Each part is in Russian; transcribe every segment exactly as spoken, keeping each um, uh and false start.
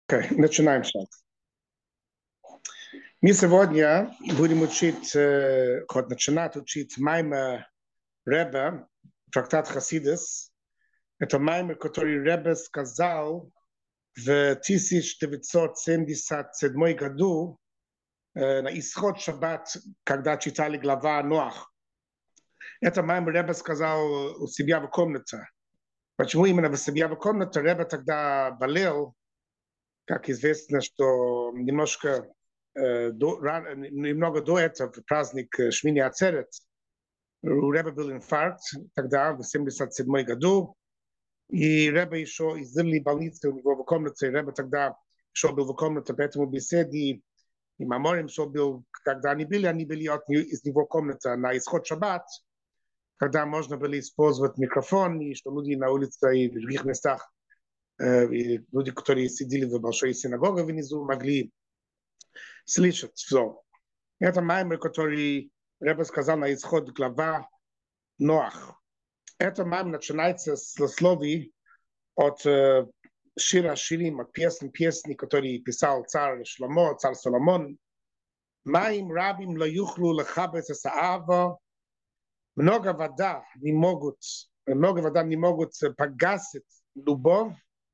Okay, начинаем сейчас. Мы сегодня будем учить, э, хоть начинать учить Маймер Ребе, трактат Хасидес. Это Маймер, который Ребе сказал в тысяча девятьсот семьдесят седьмом году э, на исход шаббат, когда читали глава Ноах. Это Маймер Ребе сказал у себя в комнате. Почему именно у себя в комнате? Ребе тогда болел, как известно, что немножко э, до, ран, немного до этого, в праздник Шмини Ацерет, у Ребе был инфаркт тогда, в семьдесят седьмом году, и Ребе еще из больницы у него в комнате, Ребе тогда еще был в комнате, поэтому беседе, и Маморим еще был, когда они были, они были от, из него комнаты на исход шаббат, когда можно было использовать микрофон, и что люди на улице и в других местах, и люди, которые сидели в большой синагоге внизу, могли слышать все. Это маймер, который Ребе сказал на исход глава Ноах. Это маймер начинается с словий от э, Шира Ширим, от песни, песни, которые писал царь Шломо, царь Соломон. Маим рабим ла юхлу лахабец саава. Много вода не могут, много вода не могут погасить любовь.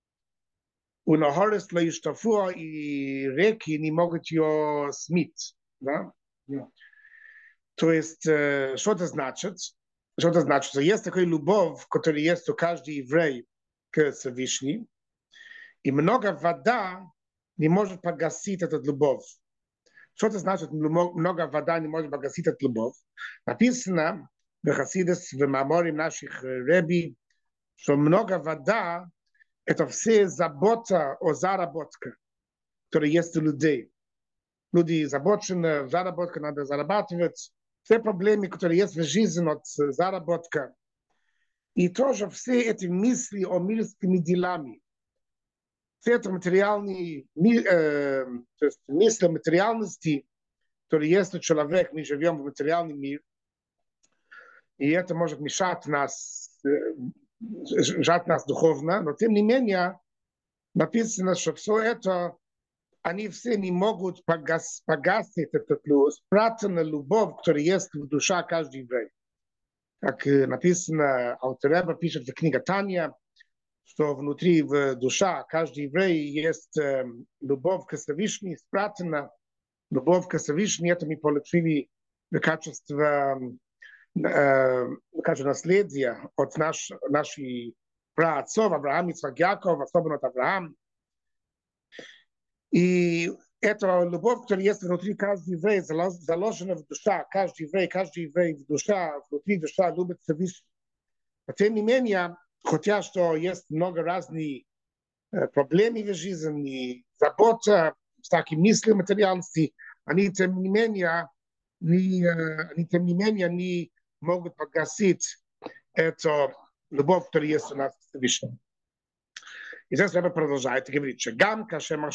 У Нахорес ла юштафуа, и реки не могут ее смыть. Да? Yeah. То есть, э, что это значит? Что это значит? Что есть такая любовь, которая есть у каждого еврея к Всевышнему, и много вода не может погасить эту любовь. Что это значит? Много вода не может погасить эту любовь. Написано в Хасидес, в мемории наших реби, что много вода — это все забота о заработке, которая есть у людей. Люди заботены, заработка надо зарабатывать. Все проблемы, которые есть в жизни от заработка. И тоже все эти мысли о мирскими делами. Все это материальные, э, то есть мысли о материальности, которые есть у человека, мы живем в материальном мире. И это может мешать нас, мешать нас духовно. Но тем не менее, написано, что все это они все не могут погас, погасить эту спрятанную любовь, которая есть в душе каждого еврея. Как написано, автор Ребе пишет в книге Таня, что внутри в душе каждого еврея есть э, любовь к Всевышнему, спрятана любовь к Всевышнему. Это мы получили в качестве, э, в качестве наследия от наш, наших праотцов Авраам, Ицхак, Яков, особенно от Авраама. И эта любовь, которая есть внутри каждого еврея, заложена в душе. Каждый еврей, каждый еврей в душе, внутри душа любит Всевышний. Но тем не менее, хотя что есть много разных проблем в жизни, забота, всякие мысли материальности, они тем не менее, не, они тем не менее не могут погасить эту любовь, которая есть у нас к Всевышнему. И здесь Ребе продолжает говорить, что гам,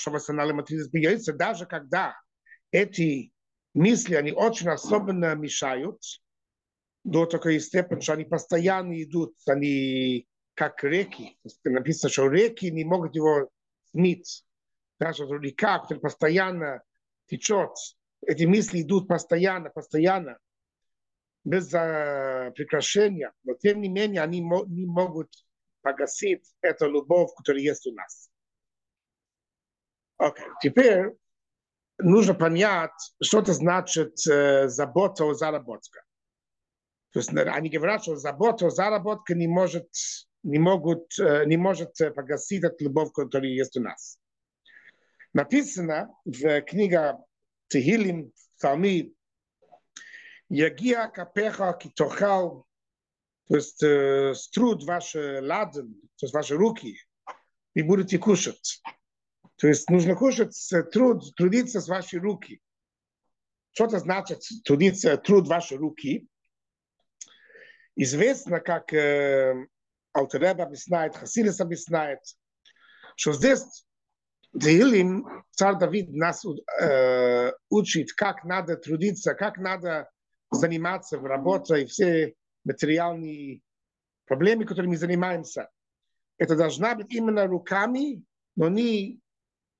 даже когда эти мысли, они очень особенно мешают, до такой степени, что они постоянно идут, они как реки. Написано, что реки не могут его смыть. Даже река, которая постоянно течет, эти мысли идут постоянно, постоянно, без uh, прекращения. Но тем не менее, они мо- не могут погасить эту любовь, которая есть у нас. Окей, okay. Теперь нужно понять, что это значит э, забота о заработке. То есть они говорят, что забота о заработке не может, не могут, э, не может погасить эту любовь, которая есть у нас. Написано в книге Тегилим, Псалми, «Ягия капеха китохал», то есть э, струд ваши ладен, то есть ваши руки, и будете кушать. То есть нужно кушать труд, трудиться с вашей руки. Что это значит трудиться, труд вашей руки? Известно, как э, автор Ребе объясняет, Хасидес объясняет, что здесь Тегилим, царь Давид нас э, учит, как надо трудиться, как надо заниматься в работе и все материальные проблемы, которыми мы занимаемся. Это должна быть именно руками, но не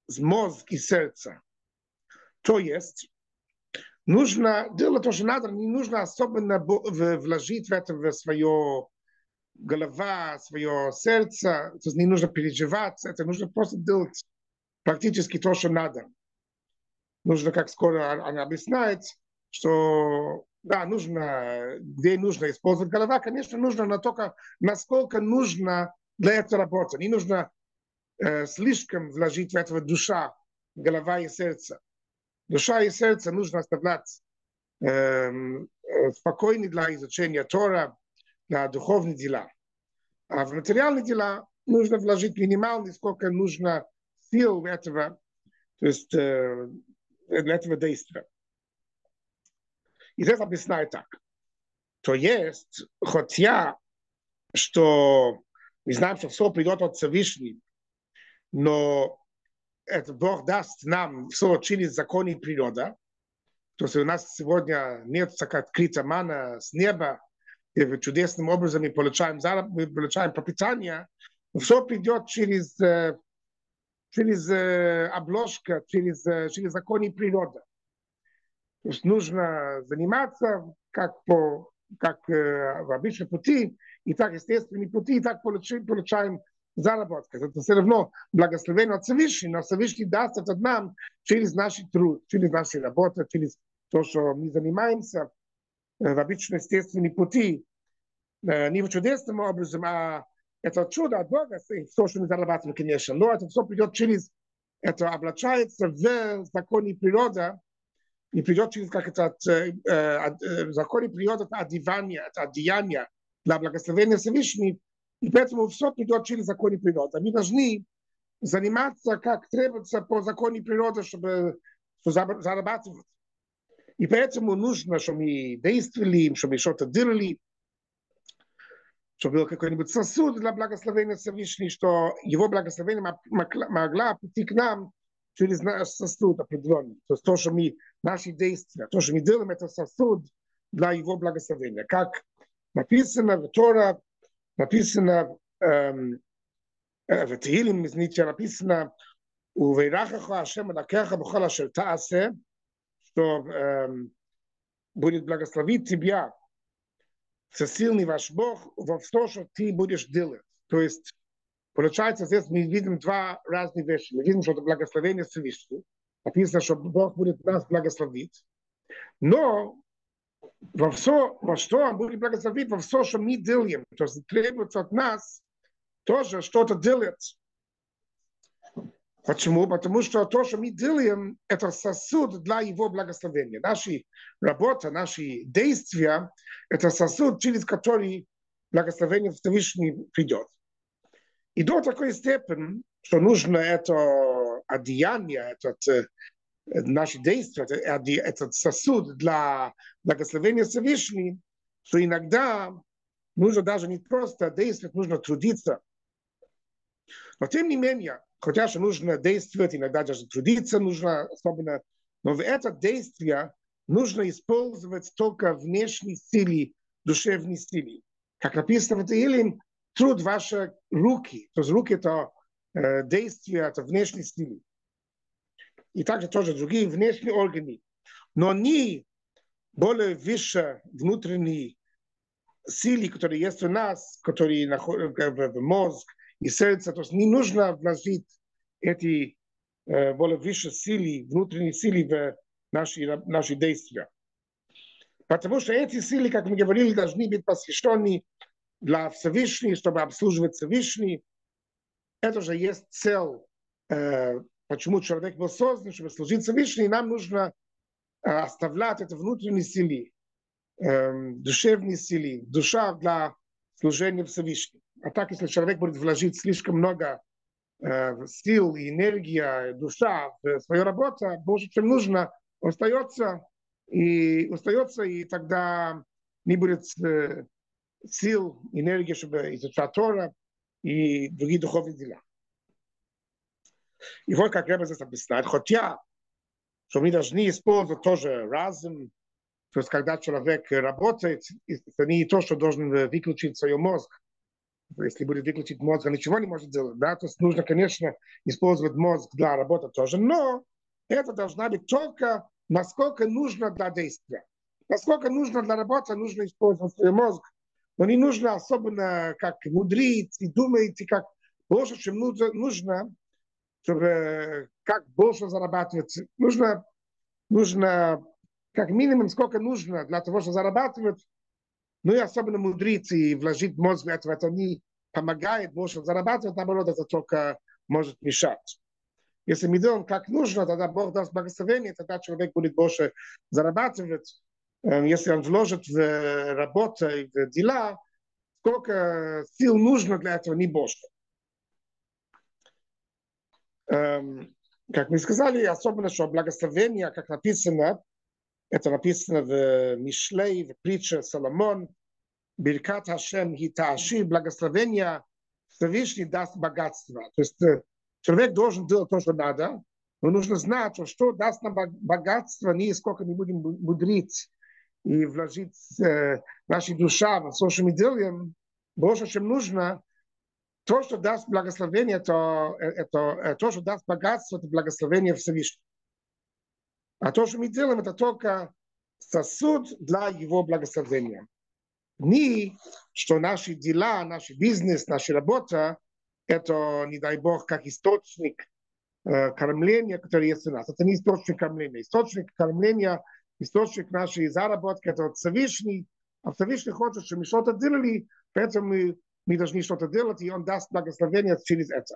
мозг и сердце. То есть, нужно делать то, что надо, не нужно особенно вложить в это в свое голова, свое сердце, то есть не нужно переживать, это нужно просто делать практически то, что надо. Нужно, как скоро она объясняет, что да, нужно, где нужно использовать голова, конечно, нужно, но только насколько нужно для этого работать. Не нужно э, слишком вложить в это душа, голова и сердце. Душа и сердце нужно оставлять э, э, спокойны для изучения Тора, для духовных дела. А в материальные дела нужно вложить минимально, сколько нужно сил этого, то есть э, для этого действия. И здесь объясняю так. То есть, хотя, что мы знаем, что все придет от Всевышнего, но это Бог даст нам все через законы природы. То есть у нас сегодня нет такая открытая мана с неба, и чудесным образом мы получаем зараб, мы получаем пропитание. Все придет через, через обложка, через, через законы природы. То есть нужно заниматься как по как э, в обычном пути, и так естественные пути, и так получаем, получаем заработки. Это все равно благословение от Всевышнего, но Всевышний даст это нам через наш труд, через наши работы, через то, что мы занимаемся э, в обычном естественном пути. Э, не в чудесным образом, а это чудо от Бога, то, что мы зарабатываем, конечно, но это все придет через, это облачается в законе природы, и придет через как это э, э, законы природы, это одевание, это одеяние для благословения Всевышнего, и поэтому все придет через законы природы. Мы должны заниматься, как требуется по закону природы, чтобы, чтобы зарабатывать. И поэтому нужно, чтобы мы действовали, чтобы мы что-то делали, чтобы был какой-нибудь сосуд для благословения Всевышнего, что его благословение могла прийти к нам через наш сосуд определенный. То есть то, что мы, наши действия, то, что мы делаем, это сосуд для его благословения. Как написано в Тора, написано эм, в Tehillim, извините, написано у Вейрахаха Ашем Элокеха б'chol ашер та'aseh, что эм, будет благословить тебя всесильный ваш Бог во все, что ты будешь делать. То есть, получается, здесь мы видим два разных вещи. Мы видим, что это благословение Всевышнего. Написано, что Бог будет нас благословить. Но во все, во что Он будет благословить, во все, что мы делаем. То есть требуется от нас тоже что-то делать. Почему? Потому что то, что мы делаем, это сосуд для Его благословения. Наши работа, наши действия, это сосуд, через который благословение Всевышнего придет. И до такой степени, что нужно это одеяние, этот, наши действия, этот сосуд для благословения Всевышнего, что иногда нужно даже не просто действовать, нужно трудиться. Но тем не менее, хотя что нужно действовать, иногда даже трудиться нужно особенно, но в это действие нужно использовать только внешние силы, душевные силы. Как написано в Tehillim, труд вашей руки, то есть руки это э, действие, это внешние силы. И также тоже другие внешние органы. Но не более выше внутренние силы, которые есть у нас, которые находятся в мозг и сердце, то есть не нужно вложить эти э, более высшие силы, внутренние силы в наши, наши действия. Потому что эти силы, как мы говорили, должны быть посвящены для Всевышнего, чтобы обслуживать Всевышний. Это же есть цель, э, почему человек был создан, чтобы служить Всевышнему, и нам нужно э, оставлять это внутренние силы, э, душевные силы, душа для служения Всевышнему. А так, если человек будет вложить слишком много э, сил, энергия, душа в свою работу, больше, чем нужно, остается, и остается, и тогда не будет э, сил, энергии, чтобы изучать Тора и другие духовные дела. И вот как Ребе здесь объясняет, хотя, что мы должны использовать тоже разум, то есть когда человек работает, это не то, что должен выключить свой мозг, Если будет выключить мозг, он ничего не может делать, да, то есть нужно, конечно, использовать мозг для работы тоже, но это должна быть только насколько нужно для действия. Насколько нужно для работы, нужно использовать свой мозг, но не нужно особенно как мудрить и думать, и как больше, чем нужно, чтобы как больше зарабатывать. Нужно, нужно как минимум сколько нужно для того, чтобы зарабатывать, ну и особенно мудрить и вложить мозг в это, это не помогает больше зарабатывать, наоборот, это только может мешать. Если мы делаем как нужно, тогда Бог даст благословение, тогда человек будет больше зарабатывать. Если он вложит в работу и в дела, сколько сил нужно для этого, не больше. Как мы сказали, особенно, что благословение, как написано, это написано в Мишлей, в притче Соломон, Биркат Хашем хиташи, благословение Всевышний даст богатство. То есть человек должен делать то, что надо, но нужно знать, что даст нам богатство, не сколько мы будем мудрить и вложить э, наша душа в то, что мы делаем, больше, чем нужно. То, что даст благословение, это, это то, что даст богатство, это благословение Всевышнего. А то, что мы делаем, это только сосуд для его благословения. Не, что наши дела, наш бизнес, наша работа, это, не дай Бог, как источник э, кормления, который есть у нас. Это не источник кормления. Источник кормления, источник нашей заработки, это Всевышний. А Всевышний хочет, чтобы мы что-то делали, поэтому мы, мы должны что-то делать, и он даст благословение через это.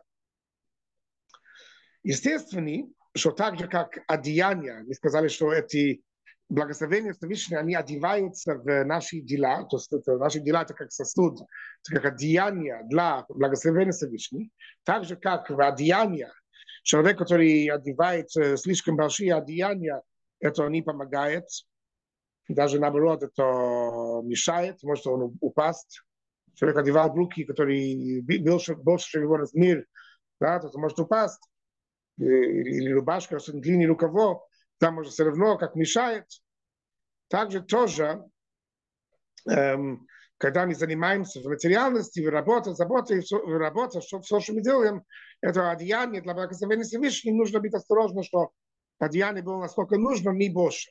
Естественно, что так же, как одеяния, мы сказали, что эти благословения Всевышнего, они одеваются в наши дела, то есть это, наши дела это как сосуд, это как одеяние для благословения Всевышнего, так же, как в одеяния, человек, который одевает слишком большие одеяния, это не помогает, даже наоборот, это мешает, может он упасть. Человек одевал брюки, которые больше, больше чем его размер, да, то может упасть, или рубашка с длинным рукавом, там уже все равно как мешает. Также тоже, эм, когда мы занимаемся в материальности, в работе, заботе, в работе, что все, что мы делаем, это одеяние для благословения Всевышнего, нужно быть осторожно, что одеяние было насколько нужно, не больше.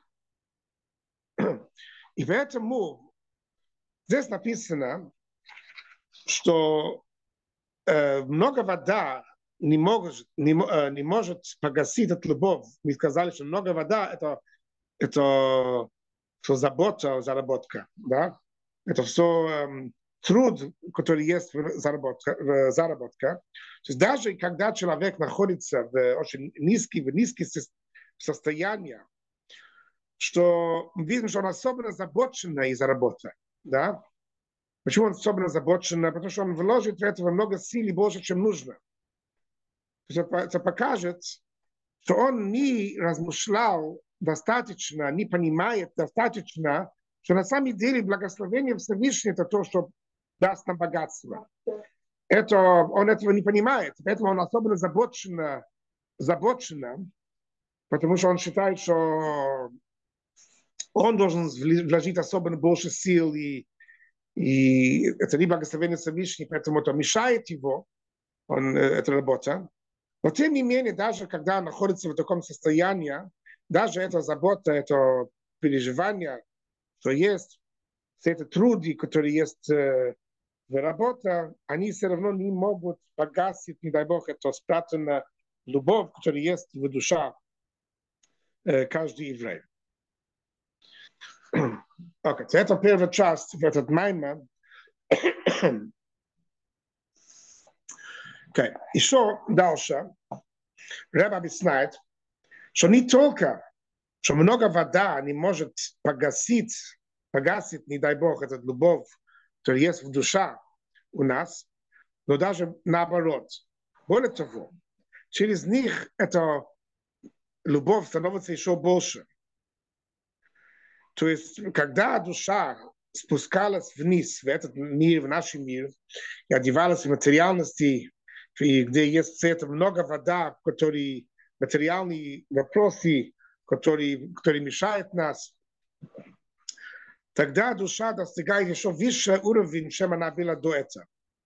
И поэтому здесь написано, что э, много вода не может, не, не может погасить эту любовь. Мы сказали, что много вода это, это все забота, заработка. Да? Это все эм, труд, который есть в заработке. В заработке. То есть даже когда человек находится в очень низком, в низком состоянии, что мы видим, что он особенно озабочен из-за работы. Да? Почему он особенно озабочен? Потому что он вложит в это много сил и больше, чем нужно. Это покажет, что он не размышлял достаточно, не понимает достаточно, что на самом деле благословение Всевышнего это то, что даст нам богатство. Это, он этого не понимает, поэтому он особенно озабочен, озабочен, потому что он считает, что он должен вложить особенно больше сил, и, и это не благословение Всевышнего, поэтому это мешает его, он, эта работа. Но тем не менее, даже когда он находится в таком состоянии, даже эта забота, это переживание, что есть, все эти труды, которые есть э, в работе, они все равно не могут погасить, не дай Бог, эту спрятанную любовь, которая есть в душе э, каждый еврей. Okay. Это первая часть в этот маймер. Okay. Еще дальше Ребе объясняет, что не только, что много вода не может погасить, погасить, не дай Бог, эту любовь, которая есть в душе у нас, но даже наоборот. Более того, через них эта любовь становится еще больше. То есть, когда душа спускалась вниз, в этот мир, в наш мир, и одевалась в материальности, и где есть это много вода, которые, материальные вопросы, которые, которые мешают нас, тогда душа достигает еще выше уровень, чем она была до этого.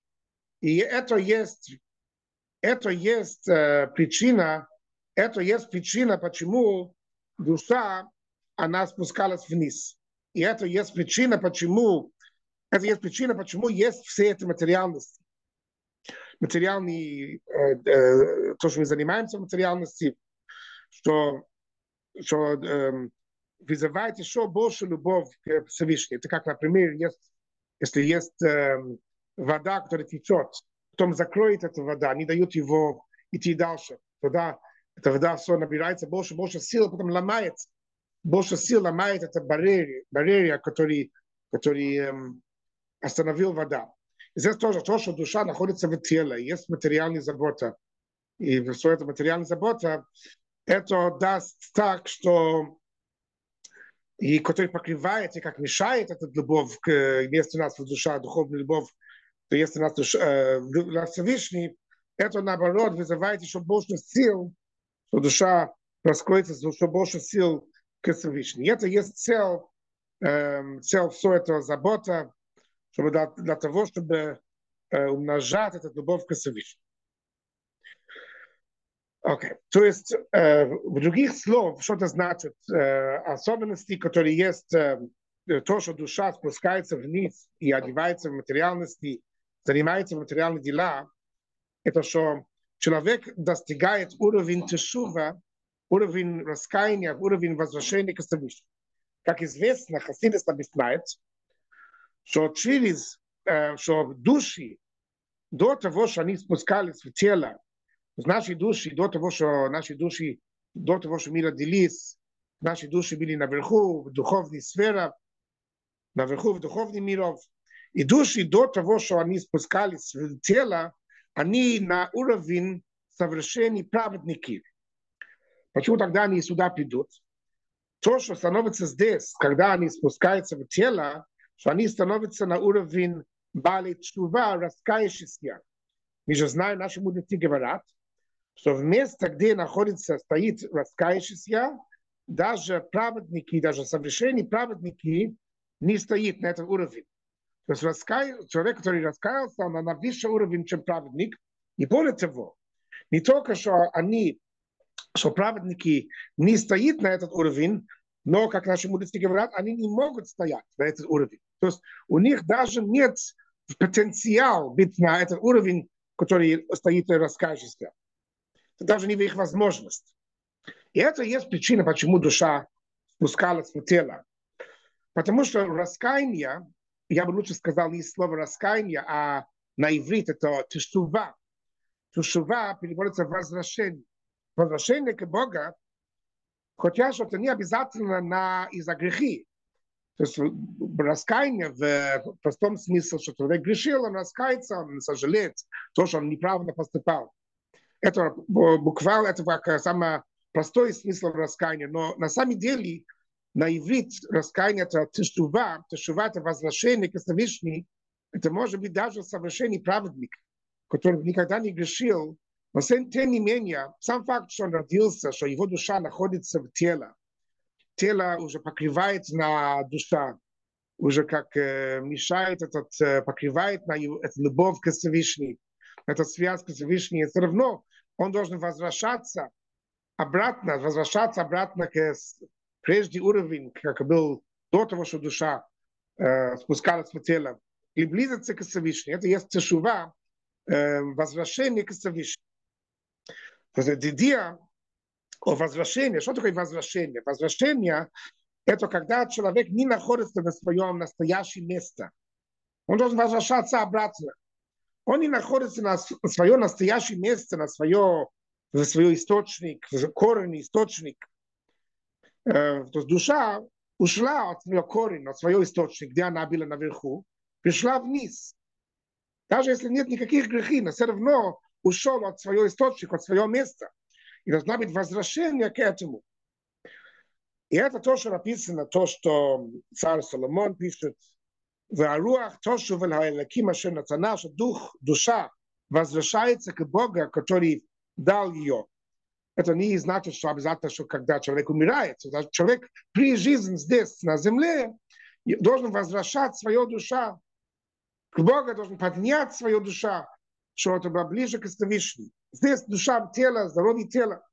И это есть, это есть э, причина, это есть причина, почему душа, она спускалась вниз. И это есть причина, почему, это есть причина, почему есть все эти материальности. Материальные, э, э, то, что мы занимаемся материальностью, что, что э, вызывает еще больше любовь к Всевышнему. Это как, например, есть, если есть э, вода, которая течет, потом закроет эту вода, не дают его идти дальше. Тогда эта вода все набирается больше, больше сил, потом ломается. Больше сил ломает это барьер, барьер, который, который эм, остановил вода. И здесь тоже то, что душа находится в теле, есть материальная забота. И все это материальная забота, это даст так, что и который покрывает и как мешает эту любовь к есть у нас в душа, духовная любовь, то есть у нас душа, э, Всевышний, это наоборот вызывает еще больше сил, что душа раскроется, еще больше сил к Всевышнему. И это есть цель, э, цель все это забота, чтобы для, для того, чтобы э, умножать эту любовь к Всевышнему. Okay. То есть, э, в других словах, что это значит? Э, особенности, которые есть, э, то, что душа спускается вниз и одевается в материальности, занимается материальными делами, это что человек достигает уровень тешува, уровень раскаяния, уровень возвращения к Всевышнему. Как известно, Хасидус объясняет, что через, э, что души, до того, что они спускались в тело, в нашей душе, до того, что наши души, до того, что мы родились, наши души были наверху, в духовной сфере, наверху, в духовных миров, и души до того, что они спускались в тело, они на уровень совершенных праведники. Почему тогда они сюда придут? То, что становится здесь, когда они спускаются в тело, что они становятся на уровень бали чува, раскаявшихся. Мы же знаем, наши мудрецы говорят, что в месте, где находится, стоит раскаявшийся, даже праведники, даже совершенные праведники не стоит на этом уровне. То есть раскай... человек, который раскаялся, он на выше уровень, чем праведник. И более того, не только что они, что праведники не стоят на этот уровень, но, как наши мудрецы говорят, они не могут стоять на этот уровень. То есть у них даже нет потенциала быть на этот уровень, который стоит раскаявшийся. Это даже не в их возможность. И это есть причина, почему душа спускалась в тело. Потому что раскаяние, я бы лучше сказал, есть слово раскаяние, а на иврит это тешува. Тешува переводится возвращение. Возвращение к Богу, хотя что это не обязательно на, из-за грехи. То есть раскаяние в простом смысле, что человек грешил, он раскается, он сожалеет то, что он неправильно поступал. Это буквально, это как самый простой смысл раскаяния, но на самом деле на иврит раскаяние это тешува, тешува это возвращение к Всевышнему, это может быть даже совершенный праведник, который никогда не грешил, но тем не менее, сам факт, что он родился, что его душа находится в теле, тело уже покрывает на душа, уже как э, мешает этот, э, покрывает на его, эту любовь к Всевышнему, эта связь к Всевышнему, все равно он должен возвращаться обратно, возвращаться обратно к прежний уровень, как был до того, что душа э, спускалась в тело, и близиться к Всевышнему. Это есть тешува, э, возвращение к Всевышнему. То есть идея о возвращении. Что такое возвращение? Возвращение – это когда человек не находится на своем настоящем месте. Он должен возвращаться обратно. Он не находится на своем настоящем месте, на свое, на свой источник, корень, источник. То есть душа ушла от своего корня, от своего источника, где она была наверху, пришла вниз. Даже если нет никаких грехов, но все равно ушел от своего источника, от своего места. И должно быть возвращение к этому. И это то, что написано, то, что царь Соломон пишет, «Варуах тошу вельхаэлаким ашер нацана», что дух, душа возвращается к Богу, который дал ее. Это не значит, что обязательно, что когда человек умирает, человек при жизни здесь, на земле, должен возвращать свою душу. К Богу должен поднять свою душу, что это было ближе к Всевышнему. Здесь душа тела, здоровье тела.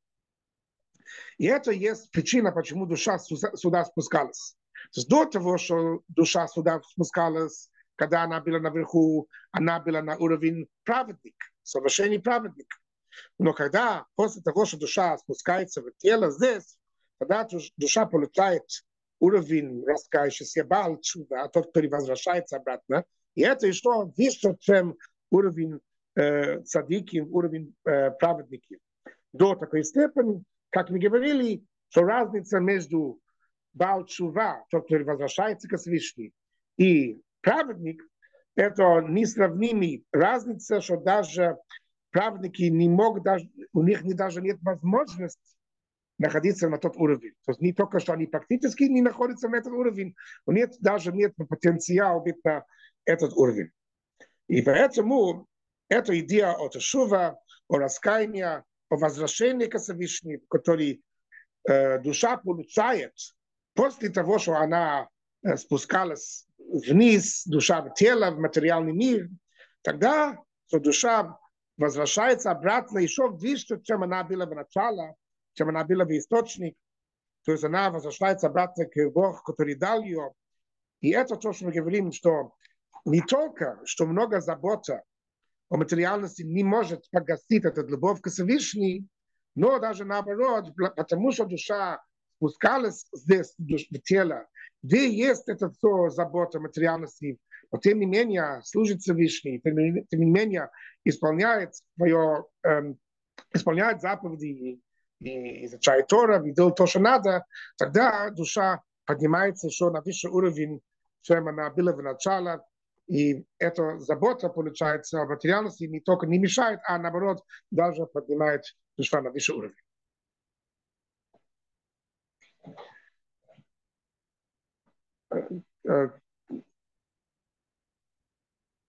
И это есть причина, почему душа сюда спускалась. То есть до того, что душа сюда спускалась, когда она была наверху, она была на уровень праведник, совершенный праведник. Но когда, после того, что душа спускается в тело здесь, тогда душа получает уровень раскаявшийся Баал Тшува, тот, который возвращается обратно. И это еще выше, чем уровень э, цадики, уровень э, праведники. До такой степени, как мы говорили, что разница между Баал Тшува, тот, который возвращается к Всевышнему, и праведник, это несравнимая разница, что даже праведники не могут, даже, у них не, даже нет возможности находиться на тот уровень. То есть не только, что они практически не находятся на этот уровень, у них даже нет потенциала быть на этот уровень. И поэтому эта идея о тешува, о раскаянии, о возвращении к Всевышнему, который э, душа получает после того, что она э, спускалась вниз, душа в тело, в материальный мир, тогда что душа возвращается обратно еще выше, чем она была в начале, чем она была в источник. То есть она возвращается обратно к Богу, который дал ее. И это то, что мы говорим, что не только, что много забота о материальности не может погасить эту любовь к Всевышнему, но даже наоборот, потому что душа спускалась здесь в тело, где есть эта все забота о материальности, но тем не менее служит Всевышний, тем не менее исполняет свое, эм, исполняет заповеди и изучает Тора, и делает то, что надо, тогда душа поднимается еще на высший уровень, чем она была в начале. И эта забота, получается, о материальности не только не мешает, а наоборот, даже поднимает душа на высший уровень.